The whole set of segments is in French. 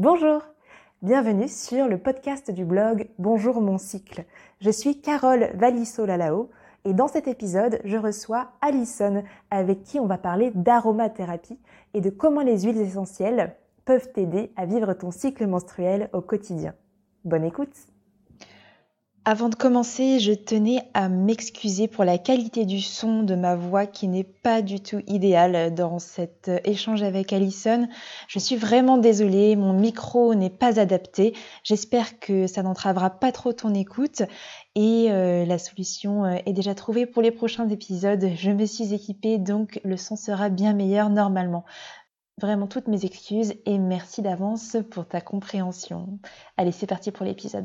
Bonjour, bienvenue sur le podcast du blog Bonjour mon cycle. Je suis Carole Valisso-Lalao et dans cet épisode, je reçois Alison avec qui on va parler d'aromathérapie et de comment les huiles essentielles peuvent t'aider à vivre ton cycle menstruel au quotidien. Bonne écoute! Avant de commencer, je tenais à m'excuser pour la qualité du son de ma voix qui n'est pas du tout idéale dans cet échange avec Alison. Je suis vraiment désolée, mon micro n'est pas adapté. J'espère que ça n'entravera pas trop ton écoute et la solution est déjà trouvée pour les prochains épisodes. Je me suis équipée, donc le son sera bien meilleur normalement. Vraiment toutes mes excuses et merci d'avance pour ta compréhension. Allez, c'est parti pour l'épisode.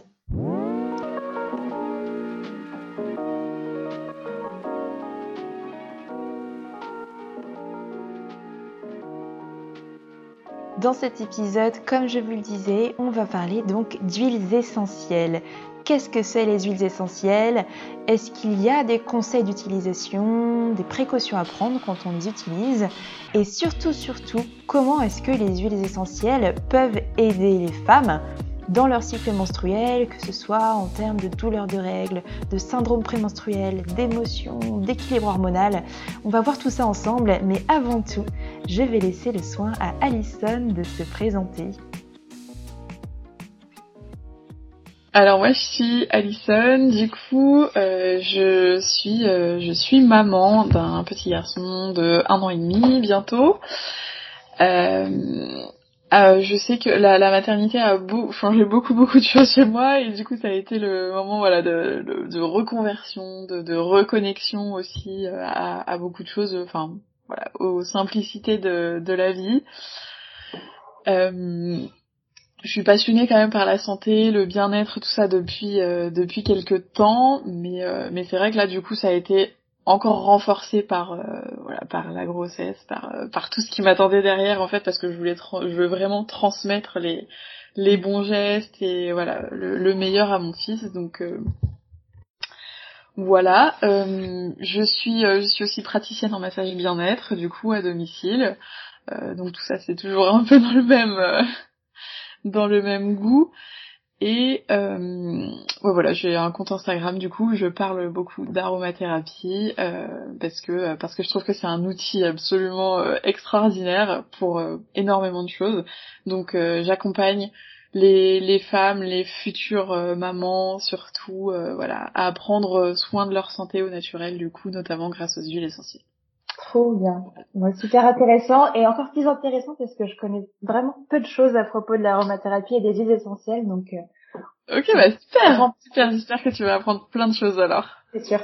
Dans cet épisode, comme je vous le disais, on va parler donc d'huiles essentielles. Qu'est-ce que c'est les huiles essentielles? Est-ce qu'il y a des conseils d'utilisation, des précautions à prendre quand on les utilise? Et surtout, comment est-ce que les huiles essentielles peuvent aider les femmes dans leur cycle menstruel, que ce soit en termes de douleurs de règles, de syndrome prémenstruel, d'émotions, d'équilibre hormonal. On va voir tout ça ensemble, mais avant tout, je vais laisser le soin à Alison de se présenter. Alors moi je suis Alison, du coup je suis maman d'un petit garçon de 1 an et demi bientôt. Je sais que la maternité a changé beaucoup de choses chez moi et du coup ça a été le moment de reconversion, de reconnexion aussi à beaucoup de choses, aux simplicités de la vie. Je suis passionnée quand même par la santé, le bien-être, tout ça depuis quelques temps, mais c'est vrai que là du coup ça a été encore renforcé par la grossesse, par tout ce qui m'attendait derrière en fait, parce que je veux vraiment transmettre les bons gestes et voilà le meilleur à mon fils, donc voilà. Je suis aussi praticienne en massage bien-être du coup à domicile, donc tout ça c'est toujours un peu dans le même goût. Et voilà, j'ai un compte Instagram du coup, je parle beaucoup d'aromathérapie parce que je trouve que c'est un outil absolument extraordinaire pour énormément de choses. Donc j'accompagne les femmes, les futures mamans surtout à prendre soin de leur santé au naturel du coup, notamment grâce aux huiles essentielles. Trop bien. Ouais, super intéressant et encore plus intéressant parce que je connais vraiment peu de choses à propos de l'aromathérapie et des huiles essentielles, donc Ok, super, j'espère que tu vas apprendre plein de choses alors. C'est sûr.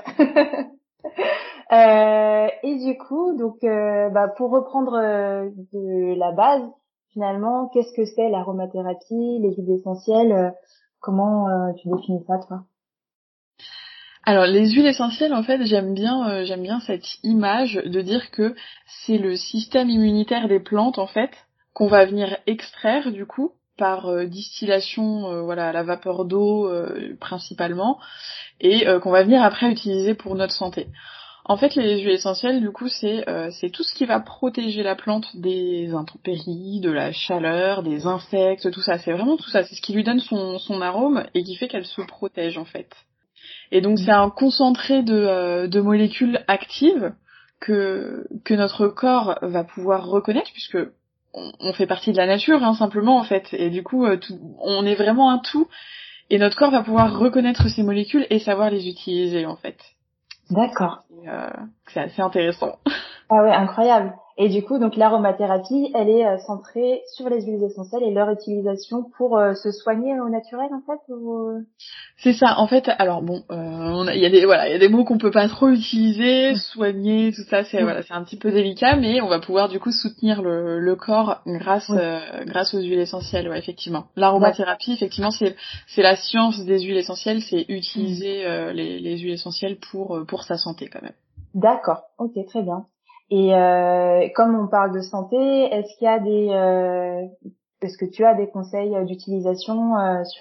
Et du coup, donc, pour reprendre de la base, finalement, qu'est-ce que c'est l'aromathérapie, les huiles essentielles, comment tu définis ça, toi? Alors les huiles essentielles, en fait, j'aime bien cette image de dire que c'est le système immunitaire des plantes, en fait, qu'on va venir extraire du coup par distillation, à la vapeur d'eau principalement, et qu'on va venir après utiliser pour notre santé. En fait, les huiles essentielles, du coup, c'est tout ce qui va protéger la plante des intempéries, de la chaleur, des insectes, tout ça. C'est vraiment tout ça. C'est ce qui lui donne son arôme et qui fait qu'elle se protège, en fait. Et donc c'est un concentré de molécules actives que notre corps va pouvoir reconnaître, puisque on fait partie de la nature, simplement en fait. Et du coup, on est vraiment un tout, et notre corps va pouvoir reconnaître ces molécules et savoir les utiliser en fait. D'accord. C'est assez intéressant. Ah ouais, incroyable. Et du coup, donc l'aromathérapie, elle est centrée sur les huiles essentielles et leur utilisation pour se soigner au naturel, en fait, ou... C'est ça. En fait, alors bon, il y a des mots qu'on peut pas trop utiliser, soigner, tout ça, c'est un petit peu délicat, mais on va pouvoir du coup soutenir le corps grâce aux huiles essentielles, ouais, effectivement. L'aromathérapie, effectivement, c'est la science des huiles essentielles, c'est utiliser les huiles essentielles pour sa santé quand même. D'accord. Ok, très bien. Et comme on parle de santé, est-ce qu'il y a est-ce que tu as des conseils d'utilisation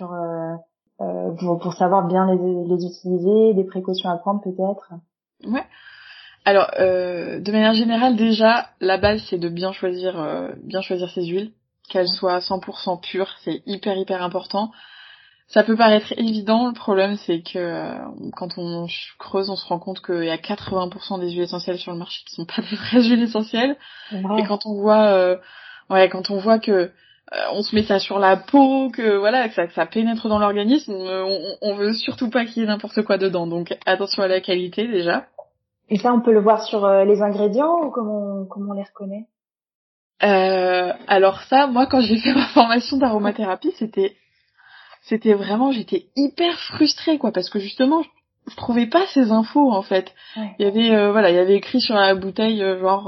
pour savoir bien les utiliser, des précautions à prendre peut-être? Ouais. Alors, de manière générale, déjà, la base c'est de bien choisir ses huiles. qu'elle soit 100% pure, c'est hyper important. Ça peut paraître évident, le problème c'est que quand on creuse, on se rend compte qu'il y a 80% des huiles essentielles sur le marché qui sont pas des vraies huiles essentielles. Et quand on voit que on se met ça sur la peau, que voilà, que ça pénètre dans l'organisme, on veut surtout pas qu'il y ait n'importe quoi dedans. Donc attention à la qualité déjà. Et ça, on peut le voir sur les ingrédients ou comment on les reconnaît? Alors ça, moi quand j'ai fait ma formation d'aromathérapie, c'était vraiment, j'étais hyper frustrée quoi, parce que justement je trouvais pas ces infos en fait. Ouais. Il y avait écrit sur la bouteille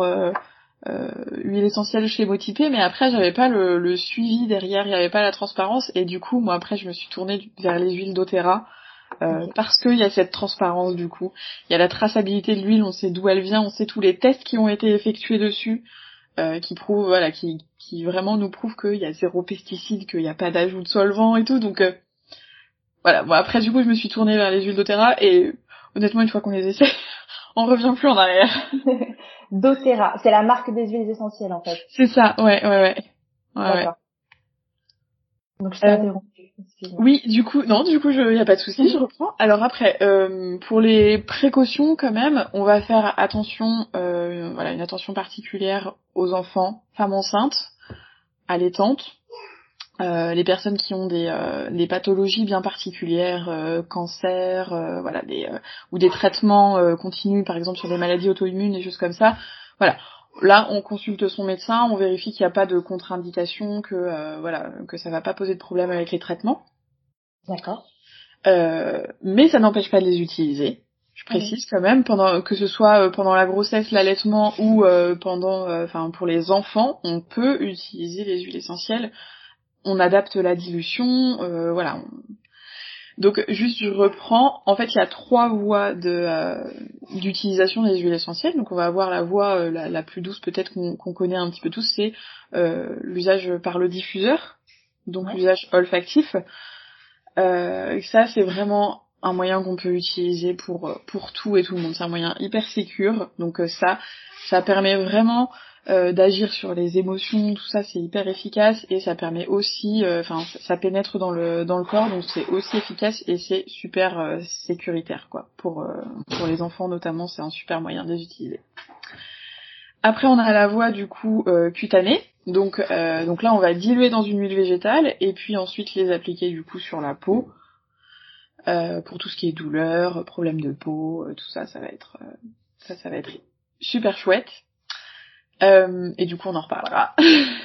huile essentielle chémotypée, mais après j'avais pas le suivi derrière, il y avait pas la transparence, et du coup moi après je me suis tournée vers les huiles doTERRA parce qu'il y a cette transparence. Du coup il y a la traçabilité de l'huile, on sait d'où elle vient, on sait tous les tests qui ont été effectués dessus, qui prouvent qui vraiment nous prouvent qu'il y a 0 pesticide, qu'il y a pas d'ajout de solvant et tout. Donc voilà, bon après du coup je me suis tournée vers les huiles doTERRA, et honnêtement une fois qu'on les essaie on revient plus en arrière. doTERRA, c'est la marque des huiles essentielles en fait. C'est ça, ouais. D'accord. Donc je t'ai interrompu, excuse-moi. Oui, du coup, y a pas de souci, je reprends. Alors après, pour les précautions quand même, on va faire attention, une attention particulière aux enfants, femmes enceintes, allaitantes, les personnes qui ont des pathologies bien particulières, cancer, ou des traitements continus, par exemple sur des maladies auto-immunes, des choses comme ça. Voilà. Là, on consulte son médecin, on vérifie qu'il n'y a pas de contre-indication, que ça va pas poser de problème avec les traitements. D'accord. Mais ça n'empêche pas de les utiliser. Je précise quand même, que ce soit pendant la grossesse, l'allaitement ou pour les enfants, on peut utiliser les huiles essentielles. On adapte la dilution, voilà. Donc juste je reprends. En fait, il y a 3 voies d'utilisation des huiles essentielles. Donc on va avoir la voie la plus douce peut-être qu'on connaît un petit peu tous, c'est l'usage par le diffuseur, donc l'usage olfactif. Ça c'est vraiment un moyen qu'on peut utiliser pour tout et tout le monde. C'est un moyen hyper sécure. Donc ça permet vraiment d'agir sur les émotions, tout ça c'est hyper efficace, et ça permet aussi, ça pénètre dans le corps, donc c'est aussi efficace et c'est super sécuritaire quoi. Pour les enfants notamment, c'est un super moyen de les utiliser. Après on a la voie du coup cutanée, donc là on va diluer dans une huile végétale et puis ensuite les appliquer du coup sur la peau pour tout ce qui est douleur, problème de peau, tout ça, ça va être super chouette. Et du coup on en reparlera.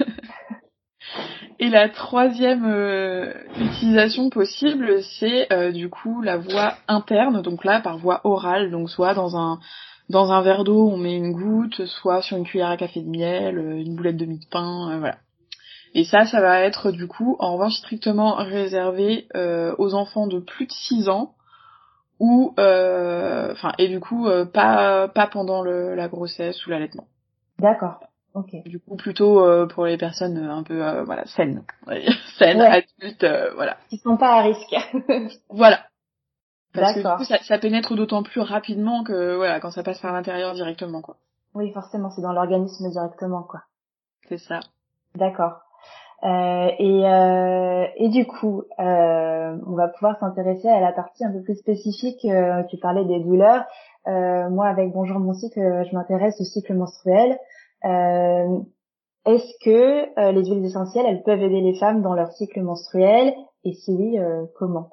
Et la 3e utilisation possible, c'est du coup la voie interne, donc là par voie orale, donc soit dans un verre d'eau on met une goutte, soit sur une cuillère à café de miel, une boulette de mie de pain, voilà. Et ça va être du coup en revanche strictement réservé aux enfants de plus de 6 ans, ou et du coup pas pendant la grossesse ou l'allaitement. D'accord. Ok. Du coup, plutôt pour les personnes un peu saines, saines, adultes, voilà. Qui sont pas à risque. Voilà. Parce que du D'accord. coup, ça pénètre d'autant plus rapidement que voilà, quand ça passe par l'intérieur directement, quoi. Oui, forcément, c'est dans l'organisme directement, quoi. C'est ça. D'accord. Et du coup, on va pouvoir s'intéresser à la partie un peu plus spécifique. Tu parlais des douleurs. Moi, avec Bonjour mon cycle, je m'intéresse au cycle menstruel. Est-ce que les huiles essentielles, elles peuvent aider les femmes dans leur cycle menstruel? Et si oui, comment?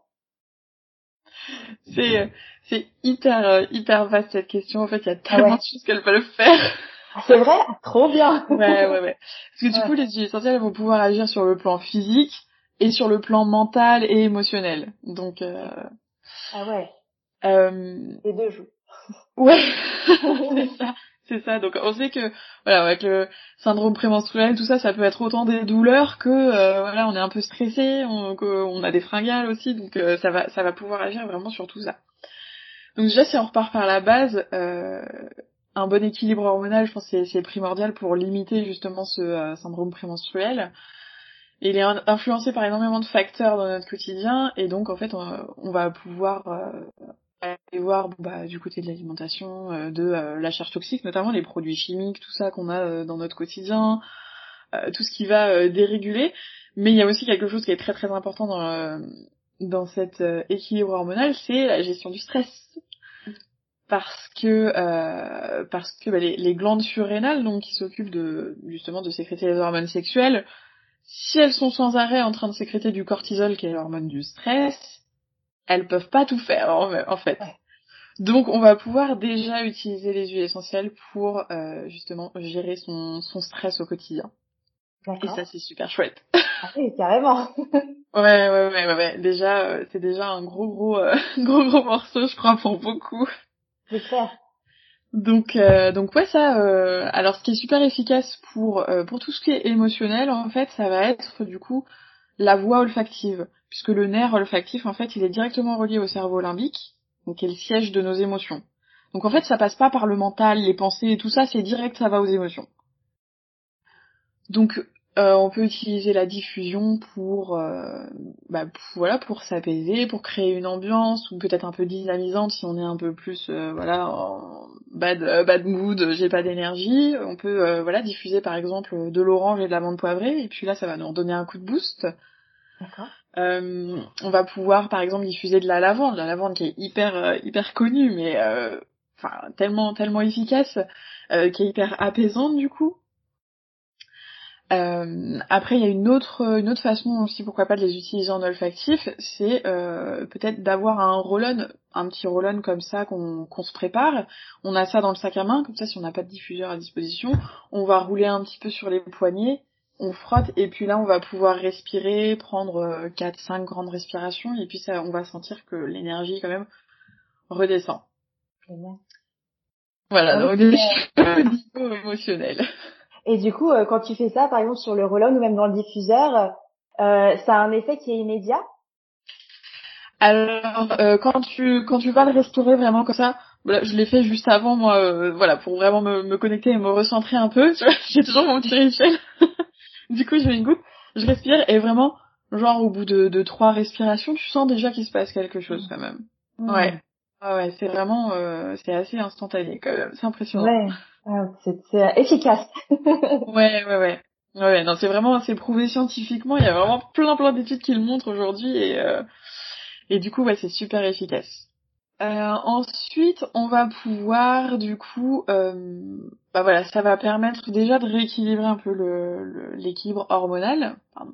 C'est hyper vaste cette question. En fait, il y a tellement de choses qu'elles peuvent faire. C'est vrai? Trop bien. Ouais. Parce que du coup, les huiles essentielles elles vont pouvoir agir sur le plan physique et sur le plan mental et émotionnel. Donc Ah ouais. Les deux jouent. Ouais. C'est ça. Donc on sait que voilà, avec le syndrome prémenstruel, tout ça, ça peut être autant des douleurs que on est un peu stressé, qu'on a des fringales aussi, donc ça va pouvoir agir vraiment sur tout ça. Donc déjà, si on repart par la base, un bon équilibre hormonal, je pense que c'est primordial pour limiter justement ce syndrome prémenstruel. Et il est influencé par énormément de facteurs dans notre quotidien, et donc en fait on va pouvoir aller voir du côté de l'alimentation, de la charge toxique, notamment les produits chimiques, tout ça qu'on a dans notre quotidien, tout ce qui va déréguler. Mais il y a aussi quelque chose qui est très très important dans cet équilibre hormonal, c'est la gestion du stress. Parce que les glandes surrénales, donc qui s'occupent justement de sécréter les hormones sexuelles, si elles sont sans arrêt en train de sécréter du cortisol, qui est l'hormone du stress, elles peuvent pas tout faire en fait. Ouais. Donc on va pouvoir déjà utiliser les huiles essentielles pour justement gérer son stress au quotidien. D'accord. Et ça c'est super chouette. Ah oui, carrément. Ouais. Déjà c'est déjà un gros gros morceau, je crois, pour beaucoup. C'est clair. Donc ouais, ça alors ce qui est super efficace pour tout ce qui est émotionnel, en fait, ça va être du coup la voie olfactive, puisque le nerf olfactif, en fait, il est directement relié au cerveau limbique, donc qui est le siège de nos émotions. Donc en fait, ça passe pas par le mental, les pensées et tout ça, c'est direct, ça va aux émotions. Donc on peut utiliser la diffusion pour pour s'apaiser, pour créer une ambiance, ou peut-être un peu dynamisante si on est un peu plus en bad mood, j'ai pas d'énergie. On peut diffuser par exemple de l'orange et de l'amande poivrée, et puis là ça va nous redonner un coup de boost. D'accord. On va pouvoir par exemple diffuser de la lavande qui est hyper connue, mais tellement efficace, qui est hyper apaisante du coup. Après, il y a une autre façon aussi, pourquoi pas, de les utiliser en olfactif, c'est peut-être d'avoir un petit roll-on comme ça qu'on se prépare. On a ça dans le sac à main, comme ça, si on n'a pas de diffuseur à disposition, on va rouler un petit peu sur les poignets, on frotte, et puis là, on va pouvoir respirer, prendre 4-5 grandes respirations, et puis ça, on va sentir que l'énergie, quand même, redescend. Génial. Voilà, Ah donc oui, au niveau émotionnel. et du coup, quand tu fais ça, par exemple sur le roll-on ou même dans le diffuseur, ça a un effet qui est immédiat? Alors, quand tu vas le restaurer vraiment comme ça, voilà, je l'ai fait juste avant, moi, pour vraiment me connecter et me recentrer un peu. Tu vois, j'ai toujours mon petit rituel. Du coup, je mets une goutte, je respire, et vraiment, genre au bout de 3 respirations, tu sens déjà qu'il se passe quelque chose quand même. Ouais. Ouais, c'est vraiment, c'est assez instantané quand même. C'est impressionnant. Ouais. Ah, c'est efficace. Ouais. Ouais, non, c'est prouvé scientifiquement. Il y a vraiment plein d'études qui le montrent aujourd'hui, et du coup, ouais, c'est super efficace. Ensuite, on va pouvoir, du coup, ça va permettre déjà de rééquilibrer un peu l'équilibre hormonal. Pardon.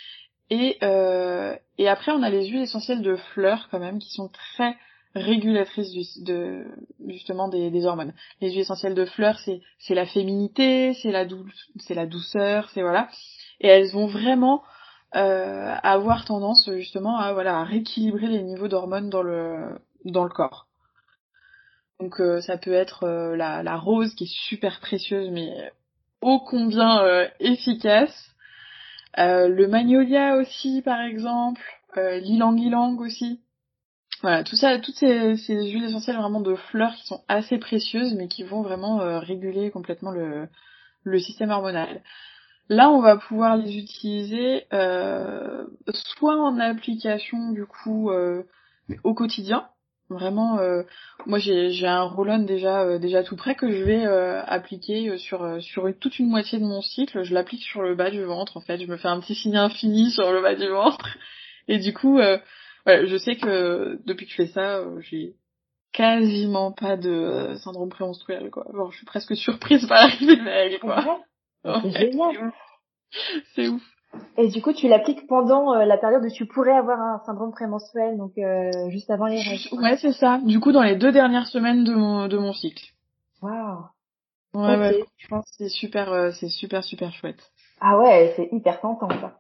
Et après, on a les huiles essentielles de fleurs, quand même, qui sont très régulatrices justement des hormones. Les huiles essentielles de fleurs, c'est la féminité, c'est la douceur, c'est voilà. Et elles vont vraiment avoir tendance justement à rééquilibrer les niveaux d'hormones dans le corps. Donc ça peut être la rose qui est super précieuse, mais ô combien efficace. Le magnolia aussi, par exemple, l'ylang-ylang aussi. Voilà, tout ça, toutes ces huiles essentielles vraiment de fleurs qui sont assez précieuses, mais qui vont vraiment réguler complètement le système hormonal. Là, on va pouvoir les utiliser soit en application du coup au quotidien. Vraiment, moi j'ai un roll-on déjà tout prêt que je vais appliquer sur toute une moitié de mon cycle. Je l'applique sur le bas du ventre en fait. Je me fais un petit signe infini sur le bas du ventre. Et du coup, je sais que depuis que je fais ça, j'ai quasiment pas de syndrome prémenstruel quoi. Genre, je suis presque surprise par l'arrivée de mes règles C'est quoi. vrai? Mais c'est Ouais, génial. c'est ouf. Et du coup, tu l'appliques pendant la période où tu pourrais avoir un syndrome prémenstruel, donc juste avant les règles. Ouais, c'est ça. Du coup, dans les 2 dernières semaines de mon cycle. Waouh. Ok. Ouais, franchement, c'est super chouette. Ah ouais, c'est hyper tentant ça.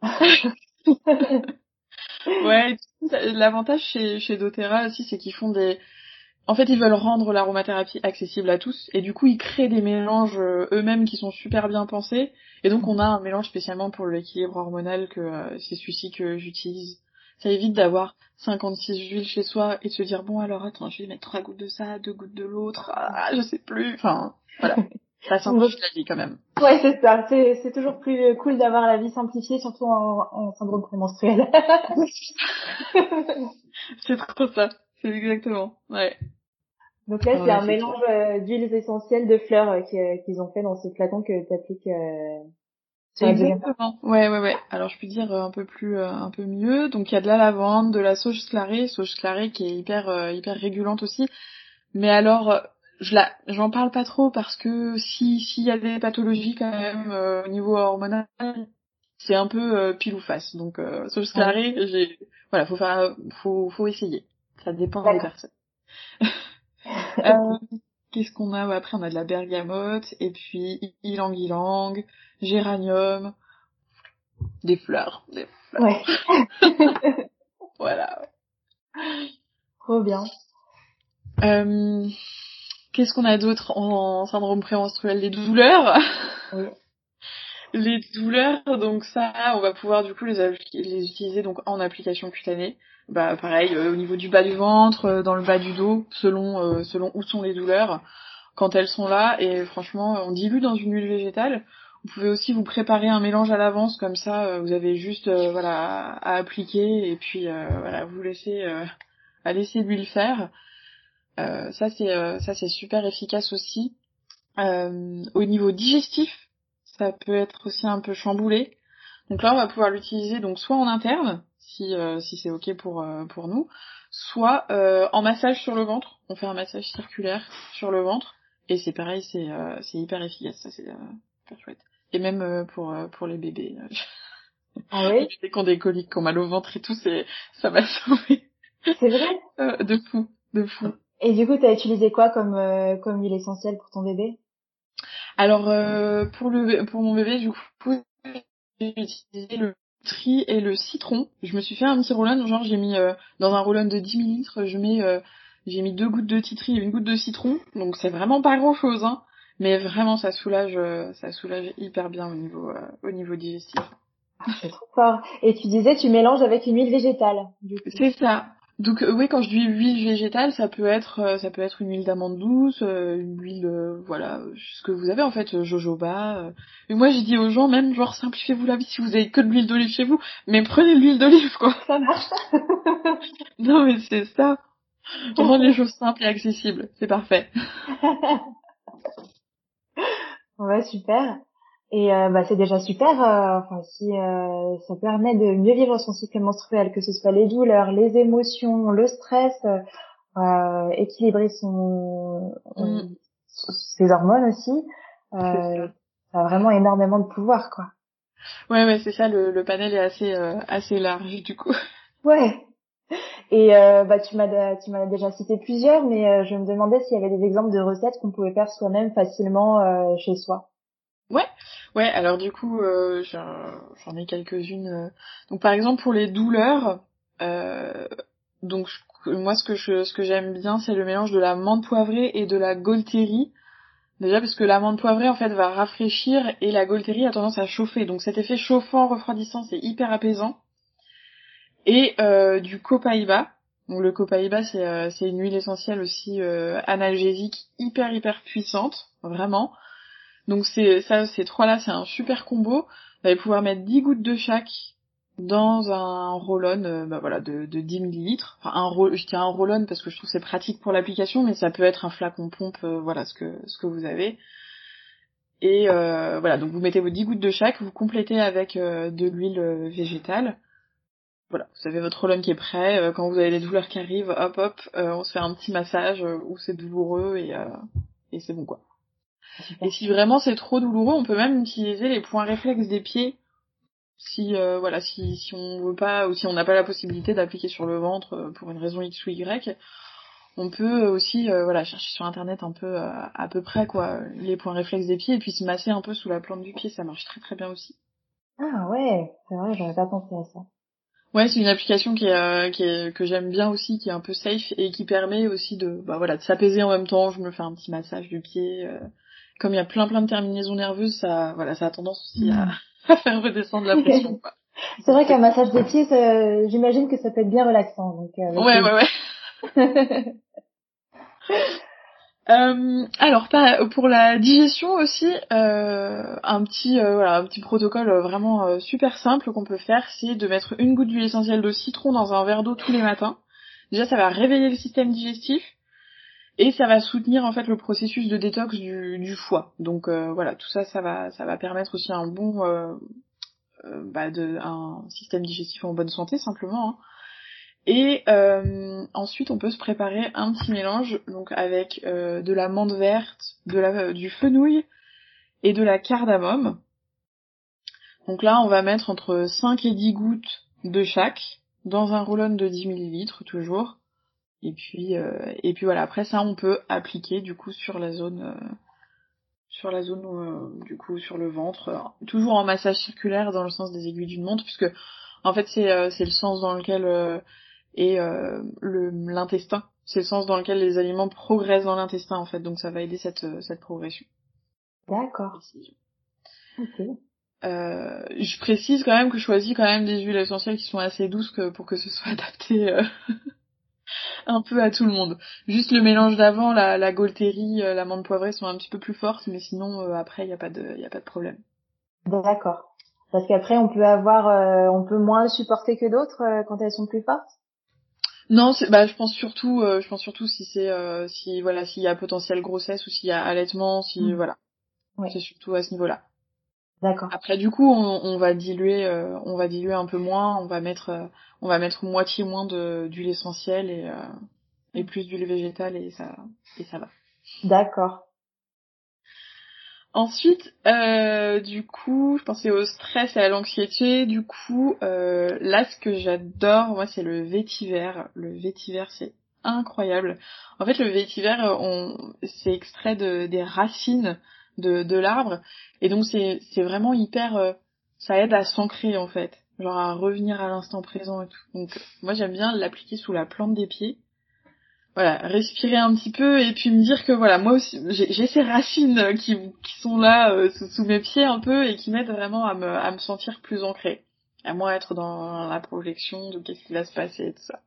Ouais, et l'avantage chez doTERRA aussi, c'est qu'ils font en fait, ils veulent rendre l'aromathérapie accessible à tous, et du coup, ils créent des mélanges eux-mêmes qui sont super bien pensés, et donc on a un mélange spécialement pour l'équilibre hormonal que c'est celui-ci que j'utilise. Ça évite d'avoir 56 huiles chez soi et de se dire, bon alors attends, je vais mettre 3 gouttes de ça, 2 gouttes de l'autre, je sais plus, enfin, voilà. Ça simplifie la vie quand même. Ouais, c'est ça. C'est toujours plus cool d'avoir la vie simplifiée, surtout en syndrome prémenstruel. C'est trop ça, c'est exactement, ouais. Donc là, Ah c'est ouais, un c'est clair. mélange d'huiles essentielles de fleurs qu'ils ont fait dans ce flacon que tu appliques Exactement. Ouais. Alors je peux dire un peu mieux. Donc il y a de la lavande, de la sauge clarée qui est hyper régulante aussi. Mais alors j'en parle pas trop parce que s'il y a des pathologies quand même au niveau hormonal, c'est un peu pile ou face. Donc sauge clarée, voilà, faut essayer. Ça dépend des personnes. Qu'est-ce qu'on a? Après, on a de la bergamote, et puis ylang-ylang, géranium, des fleurs. Ouais. Voilà. Trop bien. Qu'est-ce qu'on a d'autre en syndrome prémenstruel? Les douleurs. Oui. Les douleurs, donc ça, on va pouvoir du coup les utiliser donc en application cutanée. Bah pareil, au niveau du bas du ventre, dans le bas du dos, selon où sont les douleurs, quand elles sont là. Et franchement, on dilue dans une huile végétale. Vous pouvez aussi vous préparer un mélange à l'avance, comme ça, vous avez juste à appliquer et puis voilà, vous laissez à laisser l'huile faire. Ça c'est super efficace aussi. Au niveau digestif, ça peut être aussi un peu chamboulé. Donc là, on va pouvoir l'utiliser donc soit en interne, si c'est ok pour nous, soit en massage sur le ventre. On fait un massage circulaire sur le ventre et c'est pareil, c'est hyper efficace. Ça c'est super chouette. Et même pour les bébés. Ah oui? Les bébés qui ont des coliques, qui ont mal au ventre et tout, ça va sauver. C'est vrai? De fou. Et du coup, t'as utilisé quoi comme huile essentielle pour ton bébé? Alors pour mon bébé, du coup, j'ai utilisé le tri et le citron. Je me suis fait un petit roll-on, genre j'ai mis dans un roll-on de 10 millilitres, j'ai mis 2 gouttes de titri et 1 goutte de citron. Donc c'est vraiment pas grand-chose, hein, mais vraiment ça soulage hyper bien au niveau digestif. C'est trop fort. Et tu disais, tu mélanges avec une huile végétale, du coup. C'est ça. Donc oui, quand je dis huile végétale, ça peut être une huile d'amande douce, une huile voilà, ce que vous avez en fait, jojoba. Et moi j'ai dit aux gens même genre simplifiez-vous la vie si vous avez que de l'huile d'olive chez vous, mais prenez de l'huile d'olive quoi. Ça marche. Non mais c'est ça. Rendre les choses simples et accessibles, c'est parfait. Ouais, super. Et bah c'est déjà super. Enfin, si ça permet de mieux vivre son cycle menstruel, que ce soit les douleurs, les émotions, le stress, équilibrer Mm, ses hormones aussi, c'est euh, ça. ça a vraiment énormément de pouvoir, quoi. Ouais, c'est ça, le panel est assez large du coup. Ouais. Et bah tu m'as déjà cité plusieurs, mais je me demandais s'il y avait des exemples de recettes qu'on pouvait faire soi-même facilement chez soi. Ouais, alors du coup, j'en ai quelques-unes. Donc par exemple pour les douleurs, euh, donc moi ce que j'aime bien, c'est le mélange de la menthe poivrée et de la Golteri. Déjà parce que la menthe poivrée en fait va rafraîchir et la Golteri a tendance à chauffer. Donc cet effet chauffant, refroidissant, c'est hyper apaisant. Et du copaïba. Donc le copaïba c'est une huile essentielle aussi analgésique hyper puissante, vraiment. Donc ces trois-là, c'est un super combo. Vous allez pouvoir mettre 10 gouttes de chaque dans un roll-on bah voilà, de 10 millilitres. Enfin, je tiens un roll-on parce que je trouve que c'est pratique pour l'application, mais ça peut être un flacon pompe, voilà ce que vous avez. Et voilà, donc vous mettez vos 10 gouttes de chaque, vous complétez avec de l'huile végétale. Voilà, vous avez votre roll-on qui est prêt. Quand vous avez des douleurs qui arrivent, hop, on se fait un petit massage où c'est douloureux et c'est bon quoi. Super. Et si vraiment c'est trop douloureux, on peut même utiliser les points réflexes des pieds. Si voilà, si on veut pas ou si on n'a pas la possibilité d'appliquer sur le ventre pour une raison X ou Y, on peut aussi voilà, chercher sur internet un peu à peu près quoi les points réflexes des pieds et puis se masser un peu sous la plante du pied, ça marche très bien aussi. Ah ouais, c'est vrai, j'aurais pas pensé à ça. Ouais, c'est une application que j'aime bien aussi, qui est un peu safe et qui permet aussi de s'apaiser en même temps. Je me fais un petit massage du pied. Comme il y a plein de terminaisons nerveuses, ça a tendance aussi à faire redescendre la pression, quoi. C'est vrai qu'un massage des pieds, j'imagine que ça peut être bien relaxant, donc avec Ouais, les... alors pour la digestion aussi, un petit protocole vraiment super simple qu'on peut faire, c'est de mettre une goutte d'huile essentielle de citron dans un verre d'eau tous les matins. Déjà, ça va réveiller le système digestif. Et ça va soutenir en fait le processus de détox du foie. Donc voilà, tout ça, ça va permettre aussi un bon un système digestif en bonne santé simplement. Hein. Et ensuite, on peut se préparer un petit mélange donc avec de la menthe verte, du fenouil et de la cardamome. Donc là, on va mettre entre 5 et 10 gouttes de chaque dans un roll-on de 10 millilitres toujours. Et puis voilà, après ça, on peut appliquer du coup sur la zone du coup sur le ventre, toujours en massage circulaire dans le sens des aiguilles d'une montre, puisque en fait c'est le sens dans lequel est l'intestin, c'est le sens dans lequel les aliments progressent dans l'intestin en fait, donc ça va aider cette progression. D'accord. Ok. Je précise quand même que je choisis quand même des huiles essentielles qui sont assez douces pour que ce soit adapté un peu à tout le monde. Juste le mélange d'avant, la Gaultérie, la menthe poivrée sont un petit peu plus fortes, mais sinon après il y a pas de problème. D'accord. Parce qu'après, on peut moins le supporter que d'autres quand elles sont plus fortes. Non, je pense surtout si voilà, s'il y a potentiel grossesse ou s'il y a allaitement, voilà, Oui. c'est surtout à ce niveau-là. D'accord. Après du coup, on va diluer un peu moins, on va mettre moitié moins d'huile essentielle et plus d'huile végétale et ça va. D'accord. Ensuite, du coup, je pensais au stress et à l'anxiété. Du coup, là, ce que j'adore, moi, c'est le vétiver. Le vétiver, c'est incroyable. En fait, le vétiver, c'est extrait des racines de l'arbre, et donc c'est vraiment hyper. Ça aide à s'ancrer en fait, genre à revenir à l'instant présent et tout. Donc, moi, j'aime bien l'appliquer sous la plante des pieds. Voilà, respirer un petit peu et puis me dire que voilà, moi aussi j'ai ces racines qui sont là sous mes pieds un peu et qui m'aident vraiment à me sentir plus ancrée, à moins être dans la projection de qu'est-ce qui va se passer et tout ça.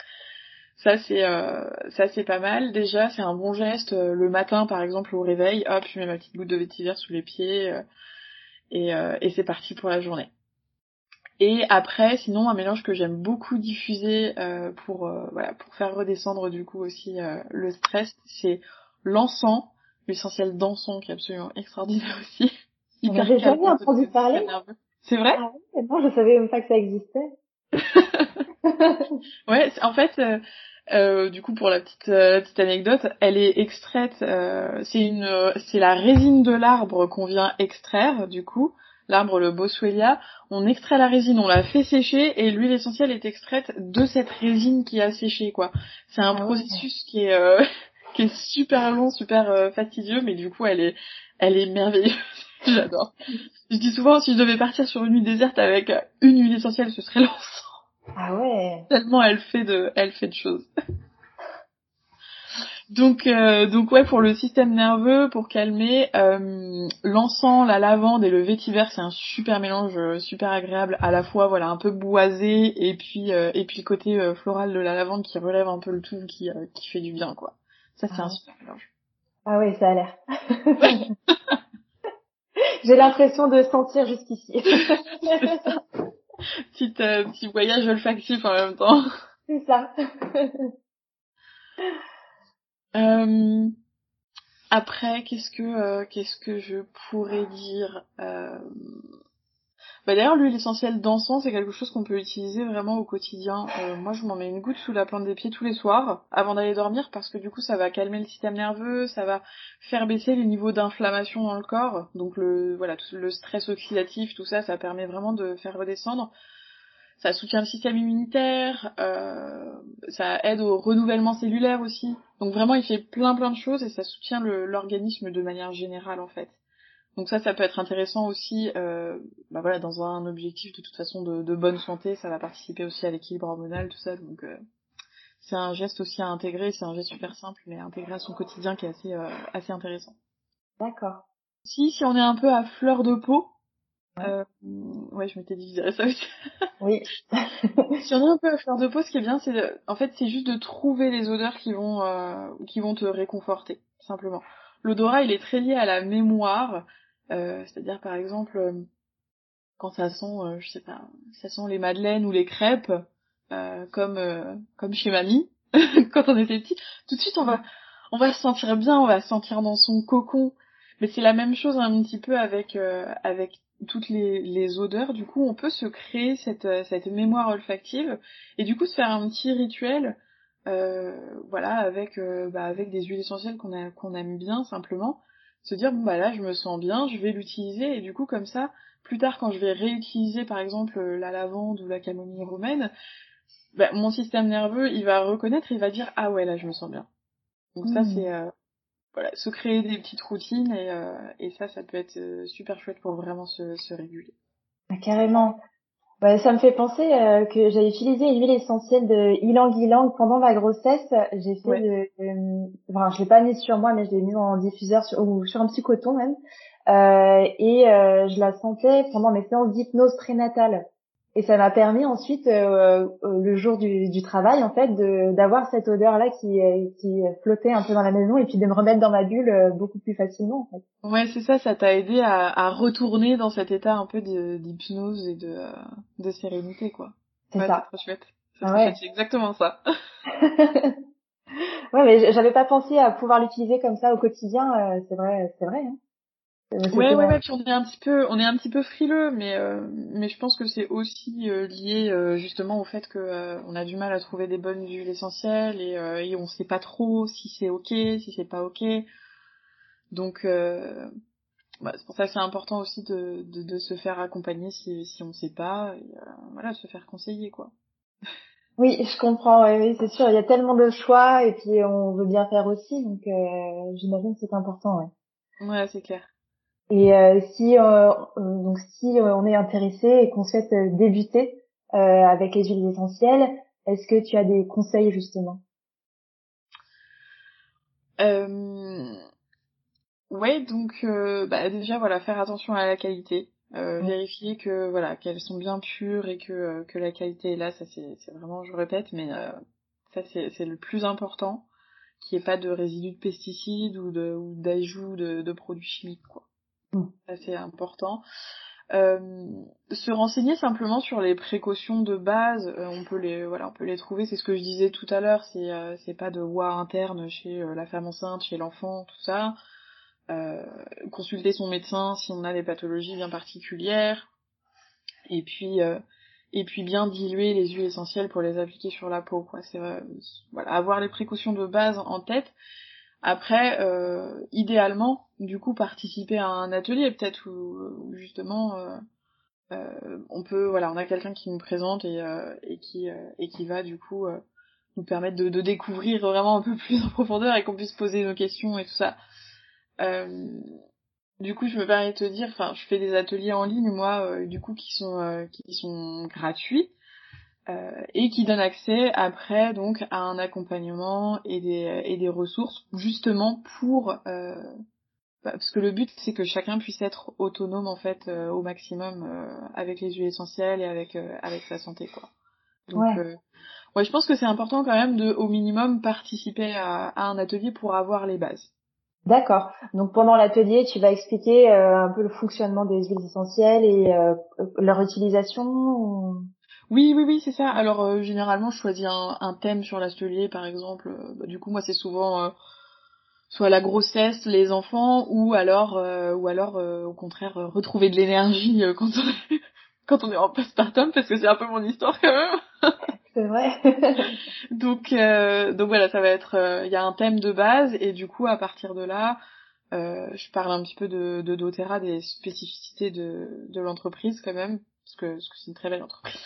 Ça c'est pas mal. Déjà, c'est un bon geste le matin par exemple au réveil, hop, je mets ma petite goutte de vétiver sous les pieds et c'est parti pour la journée. Et après, sinon, un mélange que j'aime beaucoup diffuser pour faire redescendre du coup aussi le stress, c'est l'encens, l'essentiel d'encens qui est absolument extraordinaire aussi, On hyper n'avait jamais calmant entendu de système parler. nerveux. C'est vrai? Ah oui, non, je savais même pas que ça existait. Ouais, en fait, du coup pour la petite anecdote, elle est extraite, c'est la résine de l'arbre qu'on vient extraire du coup, l'arbre le Boswellia, on extrait la résine, on la fait sécher et l'huile essentielle est extraite de cette résine qui a séché quoi. C'est un Ah ouais. processus qui est qui est super long, super fastidieux, mais du coup elle est merveilleuse. J'adore. Je dis souvent si je devais partir sur une nuit déserte avec une huile essentielle, ce serait l'encens. Ah ouais. Tellement elle fait de choses. Donc ouais, pour le système nerveux, pour calmer, l'encens, la lavande et le vétiver, c'est un super mélange, super agréable, à la fois voilà un peu boisé et puis le côté floral de la lavande qui relève un peu le tout, qui fait du bien quoi. Ça c'est Ah un ouais. super mélange. Ah oui, ça a l'air. J'ai l'impression de sentir jusqu'ici. C'est ça. Petit voyage olfactif en même temps. C'est ça. Euh, Après, qu'est-ce que je pourrais dire Bah d'ailleurs, l'huile essentielle d'encens, c'est quelque chose qu'on peut utiliser vraiment au quotidien. Moi, je m'en mets une goutte sous la plante des pieds tous les soirs, avant d'aller dormir, parce que du coup, ça va calmer le système nerveux, ça va faire baisser les niveaux d'inflammation dans le corps. Donc voilà, tout le stress oxydatif, tout ça, ça permet vraiment de faire redescendre. Ça soutient le système immunitaire, ça aide au renouvellement cellulaire aussi. Donc vraiment, il fait plein de choses et ça soutient l'organisme de manière générale en fait. Donc ça peut être intéressant aussi, voilà, dans un objectif de toute façon de bonne santé, ça va participer aussi à l'équilibre hormonal, tout ça. Donc c'est un geste aussi à intégrer, c'est un geste super simple, mais à intégrer à son quotidien qui est assez intéressant. D'accord. Si on est un peu à fleur de peau, Ouais. ouais, je m'étais dit, je dirais ça aussi. Oui. Si on est un peu à fleur de peau, ce qui est bien, en fait, c'est juste de trouver les odeurs qui vont te réconforter, simplement. L'odorat, il est très lié à la mémoire, c'est-à-dire, par exemple, quand ça sent, je sais pas, ça sent les madeleines ou les crêpes, comme chez mamie, quand on était petit, tout de suite on va se sentir bien, on va se sentir dans son cocon. Mais c'est la même chose un petit peu avec toutes les odeurs. Du coup, on peut se créer cette mémoire olfactive et du coup se faire un petit rituel, voilà, avec des huiles essentielles qu'on aime bien simplement. Se dire bon bah là je me sens bien, je vais l'utiliser et du coup comme ça, plus tard quand je vais réutiliser par exemple la lavande ou la camomille romaine, bah, mon système nerveux il va reconnaître, il va dire ah ouais là je me sens bien. Donc ça Hmm. c'est voilà, se créer des petites routines et ça peut être super chouette pour vraiment se réguler. Ah, carrément. Ouais, ça me fait penser que j'ai utilisé une huile essentielle de ylang ylang pendant ma grossesse. J'ai fait Ouais. enfin, je l'ai pas mise sur moi, mais je l'ai mise en diffuseur ou sur un petit coton même. Je la sentais pendant mes séances d'hypnose prénatale. Et ça m'a permis ensuite, le jour du travail, en fait, d'avoir cette odeur-là qui flottait un peu dans la maison et puis de me remettre dans ma bulle beaucoup plus facilement, en fait. Ouais, c'est ça, ça t'a aidé à retourner dans cet état un peu d'hypnose et de sérénité, quoi. C'est Ouais, c'est ça. trop chouette. C'est Ah trop chouette, ouais. c'est exactement ça. Ouais, mais j'avais pas pensé à pouvoir l'utiliser comme ça au quotidien. C'est vrai. Hein. Ouais, C'était ouais, ouais. ouais, puis on est un petit peu frileux, mais je pense que c'est aussi lié justement au fait que on a du mal à trouver des bonnes huiles essentielles et on sait pas trop si c'est ok, si c'est pas ok. Donc, bah, c'est pour ça que c'est important aussi de se faire accompagner si on sait pas, et voilà, de se faire conseiller, quoi. Oui, je comprends. Ouais, oui, c'est sûr. Il y a tellement de choix et puis on veut bien faire aussi, donc j'imagine que c'est important. Ouais. Ouais, c'est clair. Et si on est intéressé et qu'on souhaite débuter avec les huiles essentielles, est-ce que tu as des conseils justement? Euh, ouais, donc bah déjà voilà, faire attention à la qualité, Mm. vérifier que voilà qu'elles sont bien pures et que la qualité est là. Ça c'est vraiment, je répète, mais ça c'est le plus important, qu'il n'y ait pas de résidus de pesticides ou d'ajouts de produits chimiques, quoi. Mm. Ça c'est important. Se renseigner simplement sur les précautions de base, on peut les trouver, c'est ce que je disais tout à l'heure, c'est pas de voie interne chez la femme enceinte, chez l'enfant, tout ça. Euh, Consulter son médecin si on a des pathologies bien particulières, et puis euh, et puis bien diluer les huiles essentielles pour les appliquer sur la peau, quoi. Voilà, avoir les précautions de base en tête. Après, idéalement, du coup, participer à un atelier peut-être où justement on peut, voilà, on a quelqu'un qui nous présente et qui va du coup nous permettre de découvrir vraiment un peu plus en profondeur et qu'on puisse poser nos questions et tout ça. Euh, du coup, je me permets de te dire, enfin, je fais des ateliers en ligne, moi, du coup, qui sont gratuits et qui donnent accès après donc à un accompagnement et des ressources justement pour parce que le but c'est que chacun puisse être autonome en fait au maximum avec les huiles essentielles et avec sa santé, quoi. Donc Ouais. ouais, je pense que c'est important quand même de au minimum participer à un atelier pour avoir les bases. D'accord. Donc pendant l'atelier, tu vas expliquer un peu le fonctionnement des huiles essentielles et leur utilisation. Oui, oui, oui, c'est ça. Alors généralement, je choisis un thème sur l'atelier, par exemple. Bah, du coup, moi, c'est souvent soit la grossesse, les enfants, ou alors au contraire retrouver de l'énergie quand on est en postpartum, parce que c'est un peu mon histoire quand même. C'est vrai. Donc voilà, ça va être, il y a un thème de base et du coup, à partir de là, je parle un petit peu de doTERRA, des spécificités de l'entreprise quand même, parce que c'est une très belle entreprise.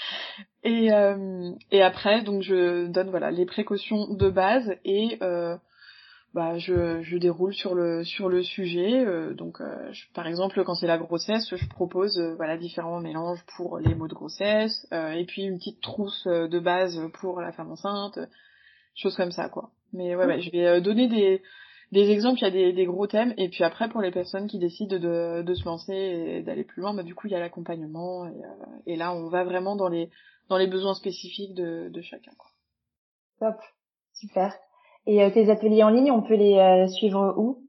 Et après, donc je donne voilà les précautions de base et bah je déroule sur le sujet. Par exemple, quand c'est la grossesse, je propose voilà différents mélanges pour les maux de grossesse et puis une petite trousse de base pour la femme enceinte, choses comme ça, quoi. Mais ouais, ouais, je vais donner des exemples. Il y a des gros thèmes et puis après pour les personnes qui décident de se lancer et d'aller plus loin, bah du coup il y a l'accompagnement et là on va vraiment dans les besoins spécifiques de chacun, quoi. Top. Super. Et tes ateliers en ligne, on peut les suivre où?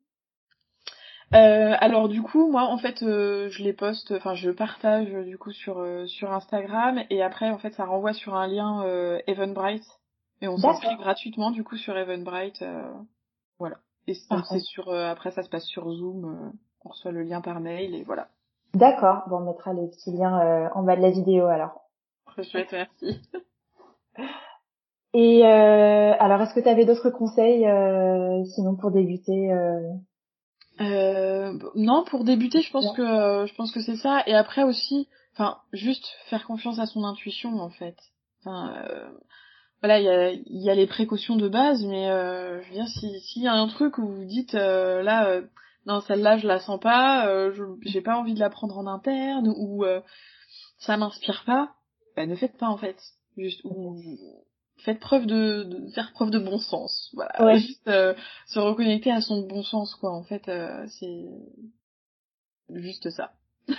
Alors du coup, moi en fait, je les poste, enfin je partage du coup sur Instagram et après en fait ça renvoie sur un lien Eventbrite et on s'inscrit D'accord. gratuitement du coup sur Eventbrite. Voilà. Et donc c'est sur après ça se passe sur Zoom, on reçoit le lien par mail et voilà. D'accord. Bon, on mettra les petits liens en bas de la vidéo alors. Très chouette, merci. Et alors, est-ce que tu avais d'autres conseils sinon pour débuter Non, pour débuter, je pense que c'est ça. Et après aussi, enfin, juste faire confiance à son intuition en fait. Enfin, voilà, il y a les précautions de base, mais je veux dire, s'il y a un truc où vous dites là, non, celle-là je la sens pas, j'ai pas envie de la prendre en interne ou ça m'inspire pas, bah ne faites pas en fait. Juste ou faites preuve de faire preuve de bon sens. Voilà, Ouais. juste se reconnecter à son bon sens quoi. En fait, c'est juste ça.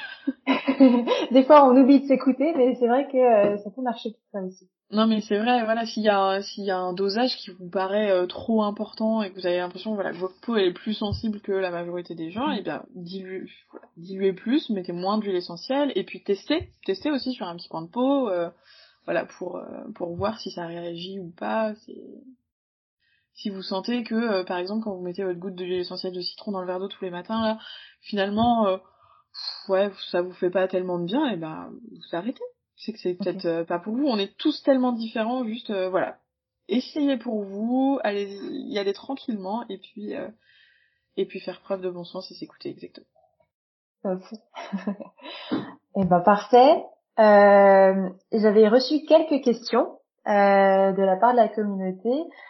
Des fois, on oublie de s'écouter, mais c'est vrai que ça peut marcher pour ça aussi. Non mais c'est vrai, voilà, s'il y a un dosage qui vous paraît trop important et que vous avez l'impression voilà, que votre peau est plus sensible que la majorité des gens, et bien diluez plus, mettez moins d'huile essentielle et puis testez aussi sur un petit coin de peau, voilà pour voir si ça réagit ou pas. Si vous sentez que par exemple quand vous mettez votre goutte d'huile essentielle de citron dans le verre d'eau tous les matins là, finalement ouais, ça vous fait pas tellement de bien, et ben vous arrêtez. C'est que c'est Ok. peut-être pas pour vous, on est tous tellement différents, juste voilà. Essayez pour vous, allez y aller tranquillement et puis faire preuve de bon sens et s'écouter exactement. Top. Eh ben parfait. J'avais reçu quelques questions de la part de la communauté,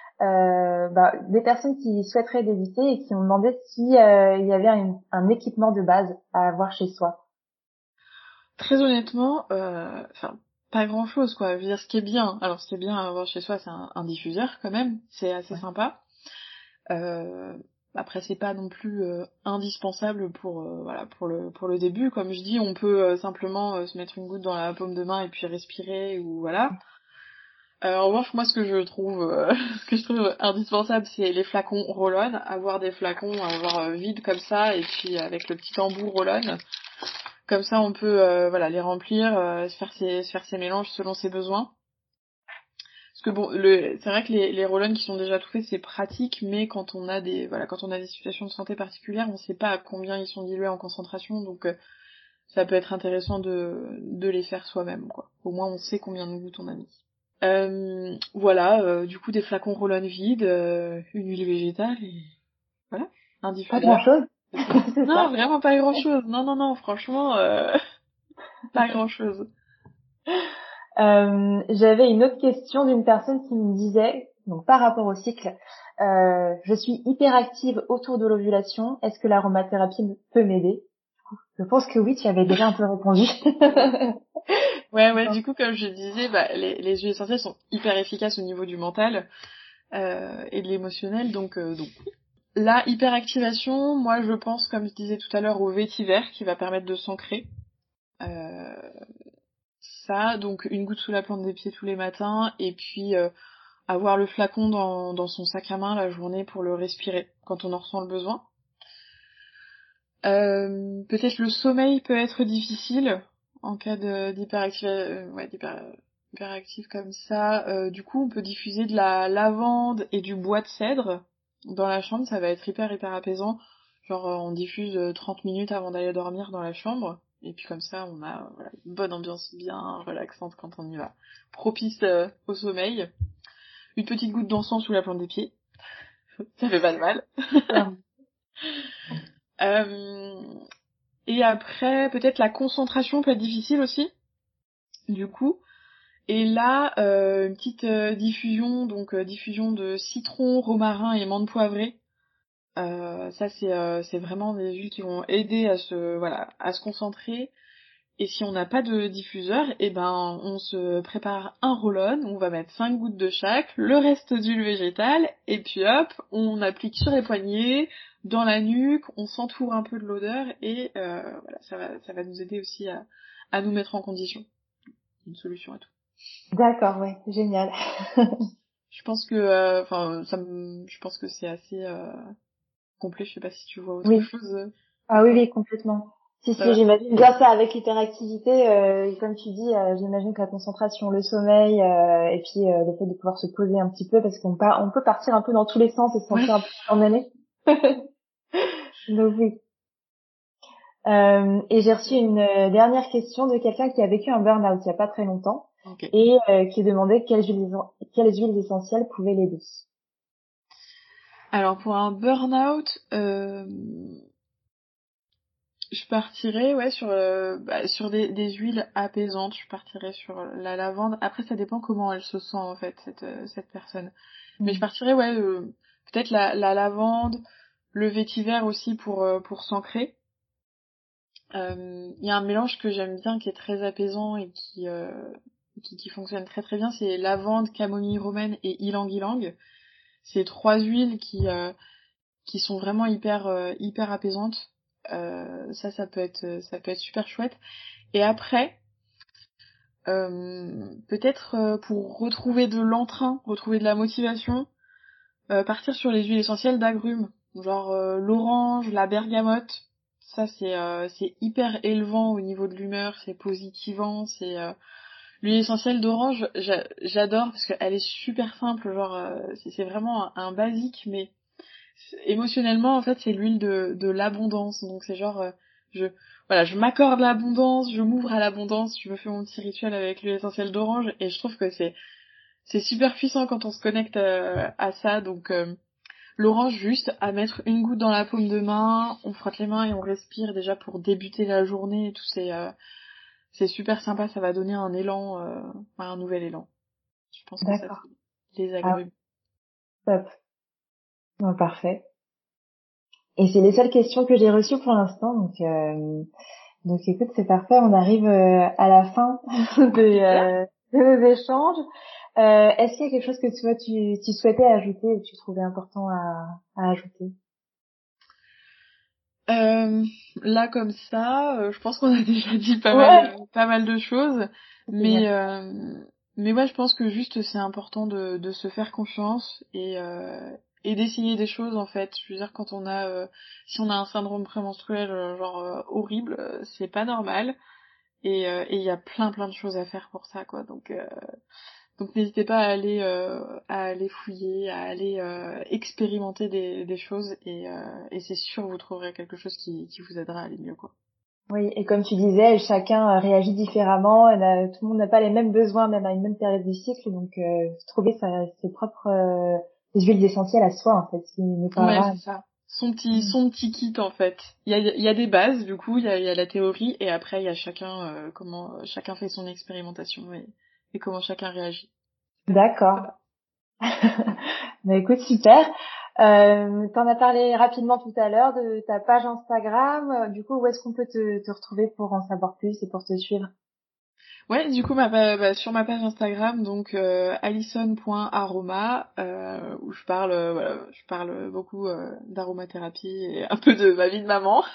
des personnes qui souhaiteraient débuter et qui ont demandé si il y avait un équipement de base à avoir chez soi. Très honnêtement, enfin pas grand chose quoi. Je veux dire ce qui est bien. Alors ce qui est bien à avoir chez soi, c'est un diffuseur quand même, c'est assez Ouais. sympa. Euh, Après c'est pas non plus indispensable pour voilà pour le début. Comme je dis, on peut simplement se mettre une goutte dans la paume de main et puis respirer ou voilà. En revanche, moi ce que je trouve ce que je trouve indispensable, c'est les flacons Roll-On. Avoir des flacons, avoir vide comme ça et puis avec le petit embout Roll-On. Comme ça, on peut voilà les remplir, se faire ses mélanges selon ses besoins. Parce que bon, c'est vrai que les roll-on qui sont déjà tout faits, c'est pratique, mais quand on a des voilà, quand on a des situations de santé particulières, on sait pas à combien ils sont dilués en concentration, donc ça peut être intéressant de les faire soi-même, quoi. Au moins, on sait combien de gouttes on a mis. Voilà, du coup, des flacons roll-on vides, une huile végétale et voilà, un Pas grand diffuseur. chose, C'est tout. c'est Non, ça. vraiment pas grand-chose. Non, non, non, franchement, pas grand-chose. J'avais une autre question d'une personne qui me disait, donc par rapport au cycle, je suis hyperactive autour de l'ovulation. Est-ce que l'aromathérapie peut m'aider? Je pense que oui, tu avais déjà un peu répondu. Ouais, ouais, du coup, comme je disais, bah, les huiles essentielles sont hyper efficaces au niveau du mental et de l'émotionnel, donc la hyperactivation, moi je pense, comme je disais tout à l'heure, au vétiver qui va permettre de s'ancrer. Euh, Ça, donc une goutte sous la plante des pieds tous les matins, et puis avoir le flacon dans son sac à main la journée pour le respirer quand on en ressent le besoin. Peut-être le sommeil peut être difficile en cas d'hyperactive comme ça. Du coup, on peut diffuser de la lavande et du bois de cèdre dans la chambre, ça va être hyper apaisant. Genre, on diffuse 30 minutes avant d'aller dormir dans la chambre, et puis comme ça, on a voilà, une bonne ambiance bien relaxante quand on y va. Propice au sommeil. Une petite goutte d'encens sous la plante des pieds, ça fait pas de mal. Super. Euh, Et après, peut-être la concentration peut être difficile aussi, du coup. Et là, une petite diffusion, donc diffusion de citron, romarin et menthe poivrée. Ça, c'est vraiment des huiles qui vont aider à se concentrer. Et si on n'a pas de diffuseur, et ben, on se prépare un roll-on, on va mettre 5 gouttes de chaque, le reste d'huile végétale, et puis hop, on applique sur les poignets, dans la nuque, on s'entoure un peu de l'odeur, et voilà, ça va nous aider aussi à nous mettre en condition. Une solution à tout. D'accord, ouais, génial. Je pense que, je pense que c'est assez complet. Je sais pas si tu vois autre Oui. chose. Ah oui, oui, complètement. Si, j'imagine bien ça avec l'hyperactivité, comme tu dis, j'imagine que la concentration, le sommeil, et puis le fait de pouvoir se poser un petit peu, parce on peut partir un peu dans tous les sens et se sentir un peu emmené. Donc oui. Et j'ai reçu une dernière question de quelqu'un qui a vécu un burn-out il y a pas très longtemps, et qui demandait quelles huiles essentielles pouvaient l'aider. Alors pour un burn-out, je partirais sur des huiles apaisantes. Je partirais sur la lavande. Après ça dépend comment elle se sent en fait cette personne. Mais je partirais peut-être la lavande, le vétiver aussi pour s'ancrer. Il y a un mélange que j'aime bien qui est très apaisant et qui fonctionne très très bien, c'est lavande, camomille romaine et ylang-ylang. C'est 3 huiles qui sont vraiment hyper apaisantes. Ça peut être super chouette. Et après, peut-être pour retrouver de l'entrain, retrouver de la motivation, partir sur les huiles essentielles d'agrumes, genre l'orange, la bergamote. Ça c'est hyper élevant au niveau de l'humeur, c'est positivant, c'est l'huile essentielle d'orange, j'adore parce qu'elle est super simple, genre c'est vraiment un basique, mais émotionnellement en fait c'est l'huile de l'abondance, donc c'est genre je m'accorde l'abondance, je m'ouvre à l'abondance, je me fais mon petit rituel avec l'huile essentielle d'orange et je trouve que c'est super puissant quand on se connecte à ça, donc l'orange juste à mettre une goutte dans la paume de main, on frotte les mains et on respire déjà pour débuter la journée et tout, c'est super sympa, ça va donner un élan, un nouvel élan. Je pense que ça c'est les agrumes. Top. Bon, parfait. Et c'est les seules questions que j'ai reçues pour l'instant, donc écoute, c'est parfait, on arrive à la fin de nos échanges. Est-ce qu'il y a quelque chose que toi tu souhaitais ajouter et que tu trouvais important à ajouter? Là comme ça, je pense qu'on a déjà dit pas mal de choses, mais ouais, je pense que juste c'est important de se faire confiance et d'essayer des choses en fait. Je veux dire, quand on a si on a un syndrome prémenstruel horrible, c'est pas normal et il y a plein de choses à faire pour ça quoi. Donc n'hésitez pas à aller fouiller, à aller expérimenter des choses et c'est sûr vous trouverez quelque chose qui vous aidera à aller mieux quoi. Oui, et comme tu disais, chacun réagit différemment, tout le monde n'a pas les mêmes besoins même à une même période du cycle, donc trouver ses propres huiles essentielles à soi en fait, qui nous parlera. Ouais, c'est ça. Son petit kit en fait. Il y a des bases du coup, il y a la théorie et après il y a chacun comment chacun fait son expérimentation et comment chacun réagit. D'accord. Bah écoute, super. T'en as parlé rapidement tout à l'heure de ta page Instagram. Du coup, où est-ce qu'on peut te retrouver pour en savoir plus et pour te suivre? Ouais, du coup, sur ma page Instagram, donc alison.aroma, où je parle beaucoup d'aromathérapie et un peu de ma vie de maman.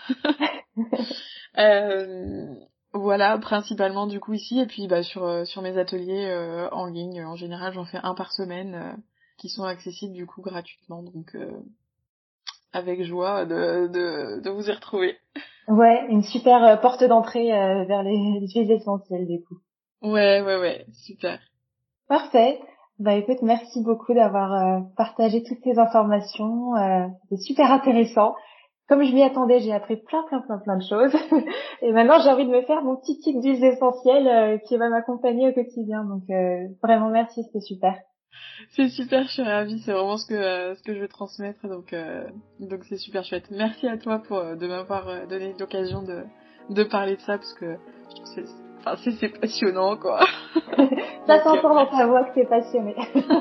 Voilà, principalement du coup ici, et puis sur mes ateliers en ligne, en général j'en fais un par semaine, qui sont accessibles du coup gratuitement, donc avec joie de vous y retrouver. Ouais, une super porte d'entrée vers les huiles essentielles du coup. Ouais, super. Parfait. Bah écoute, merci beaucoup d'avoir partagé toutes ces informations, c'était super intéressant. Comme je m'y attendais, j'ai appris plein de choses. Et maintenant, j'ai envie de me faire mon petit kit d'huiles essentielles qui va m'accompagner au quotidien. Donc vraiment merci, c'était super. C'est super, je suis ravie, c'est vraiment ce que je veux transmettre, donc c'est super chouette. Merci à toi de m'avoir donné l'occasion de parler de ça, parce que je trouve que c'est passionnant quoi. Ça s'entend dans ta voix que t'es passionnée.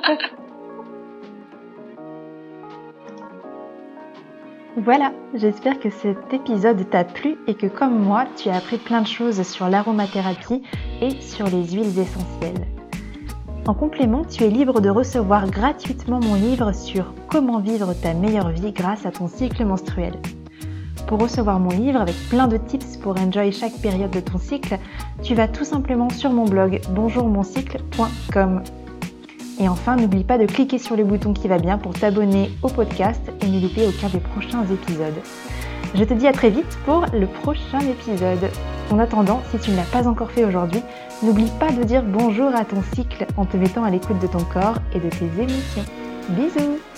Voilà, j'espère que cet épisode t'a plu et que comme moi, tu as appris plein de choses sur l'aromathérapie et sur les huiles essentielles. En complément, tu es libre de recevoir gratuitement mon livre sur comment vivre ta meilleure vie grâce à ton cycle menstruel. Pour recevoir mon livre avec plein de tips pour enjoy chaque période de ton cycle, tu vas tout simplement sur mon blog bonjourmoncycle.com. Et enfin, n'oublie pas de cliquer sur le bouton qui va bien pour t'abonner au podcast et ne louper aucun des prochains épisodes. Je te dis à très vite pour le prochain épisode. En attendant, si tu ne l'as pas encore fait aujourd'hui, n'oublie pas de dire bonjour à ton cycle en te mettant à l'écoute de ton corps et de tes émotions. Bisous!